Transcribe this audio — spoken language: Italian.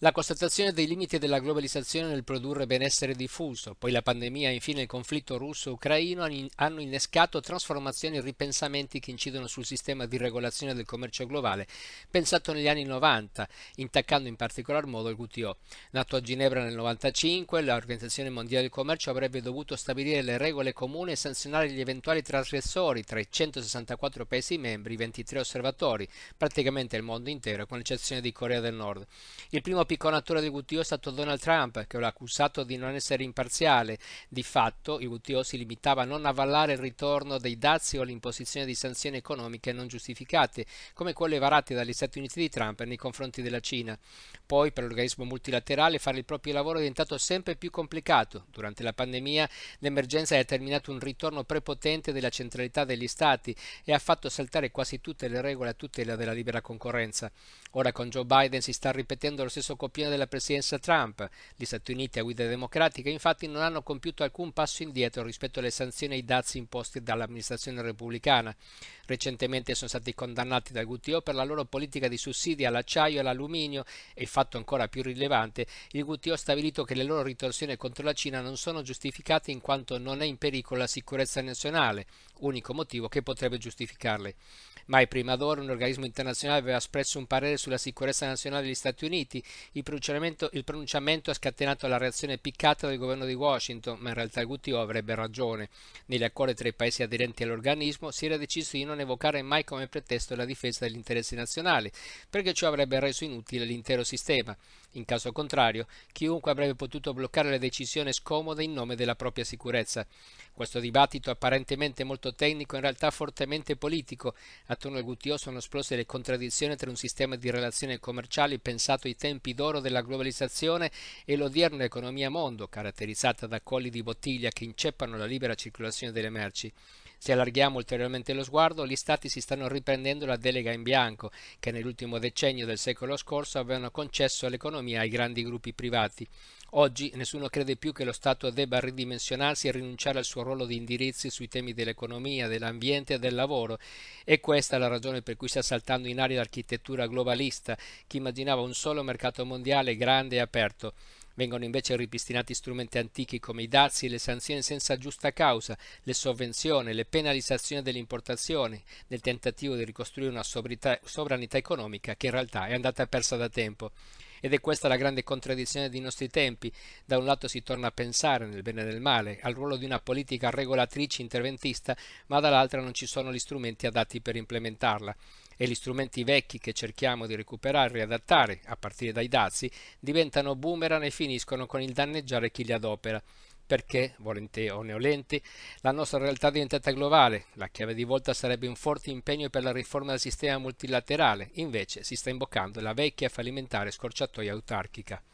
La constatazione dei limiti della globalizzazione nel produrre benessere diffuso, poi la pandemia e infine il conflitto russo-ucraino hanno innescato trasformazioni e ripensamenti che incidono sul sistema di regolazione del commercio globale, pensato negli anni 90, intaccando in particolar modo il WTO. Nato a Ginevra nel 95, l'Organizzazione Mondiale del Commercio avrebbe dovuto stabilire le regole comuni e sanzionare gli eventuali trasgressori tra i 164 Paesi membri, i 23 osservatori, praticamente il mondo intero, con l'eccezione di Corea del Nord. Il primo picconatore del WTO è stato Donald Trump, che lo ha accusato di non essere imparziale. Di fatto, il WTO si limitava a non avallare il ritorno dei dazi o l'imposizione di sanzioni economiche non giustificate, come quelle varate dagli Stati Uniti di Trump nei confronti della Cina. Poi, per l'organismo multilaterale, fare il proprio lavoro è diventato sempre più complicato. Durante la pandemia, l'emergenza ha determinato un ritorno prepotente della centralità degli Stati e ha fatto saltare quasi tutte le regole a tutela della libera concorrenza. Ora con Joe Biden si sta ripetendo lo stesso copione della presidenza Trump. Gli Stati Uniti a guida democratica infatti non hanno compiuto alcun passo indietro rispetto alle sanzioni e ai dazi imposti dall'amministrazione repubblicana. Recentemente sono stati condannati dal WTO per la loro politica di sussidi all'acciaio e all'alluminio e, fatto ancora più rilevante, il WTO ha stabilito che le loro ritorsioni contro la Cina non sono giustificate in quanto non è in pericolo la sicurezza nazionale, unico motivo che potrebbe giustificarle. Mai prima d'ora un organismo internazionale aveva espresso un parere sulla sicurezza nazionale degli Stati Uniti. Il pronunciamento ha scatenato la reazione piccata del governo di Washington, ma in realtà il WTO avrebbe ragione. Negli accordi tra i paesi aderenti all'organismo si era deciso di non evocare mai come pretesto la difesa degli interessi nazionali, perché ciò avrebbe reso inutile l'intero sistema. In caso contrario, chiunque avrebbe potuto bloccare le decisioni scomode in nome della propria sicurezza. Questo dibattito apparentemente molto tecnico è in realtà fortemente politico. Attorno al WTO sono esplose le contraddizioni tra un sistema di relazioni commerciali pensato ai tempi d'oro della globalizzazione e l'odierna economia mondo, caratterizzata da colli di bottiglia che inceppano la libera circolazione delle merci. Se allarghiamo ulteriormente lo sguardo, gli Stati si stanno riprendendo la delega in bianco che nell'ultimo decennio del secolo scorso avevano concesso all'economia ai grandi gruppi privati. Oggi nessuno crede più che lo Stato debba ridimensionarsi e rinunciare al suo ruolo di indirizzi sui temi dell'economia, dell'ambiente e del lavoro. E questa è la ragione per cui sta saltando in aria l'architettura globalista, che immaginava un solo mercato mondiale grande e aperto. Vengono invece ripristinati strumenti antichi come i dazi e le sanzioni senza giusta causa, le sovvenzioni, le penalizzazioni delle importazioni, nel tentativo di ricostruire una sovranità economica che in realtà è andata persa da tempo. Ed è questa la grande contraddizione dei nostri tempi. Da un lato si torna a pensare, nel bene e nel male, al ruolo di una politica regolatrice interventista, ma dall'altra non ci sono gli strumenti adatti per implementarla. E gli strumenti vecchi che cerchiamo di recuperare e riadattare, a partire dai dazi, diventano boomerang e finiscono con il danneggiare chi li adopera. Perché, volente o neolenti, la nostra realtà è diventata globale. La chiave di volta sarebbe un forte impegno per la riforma del sistema multilaterale, invece si sta imboccando la vecchia fallimentare scorciatoia autarchica.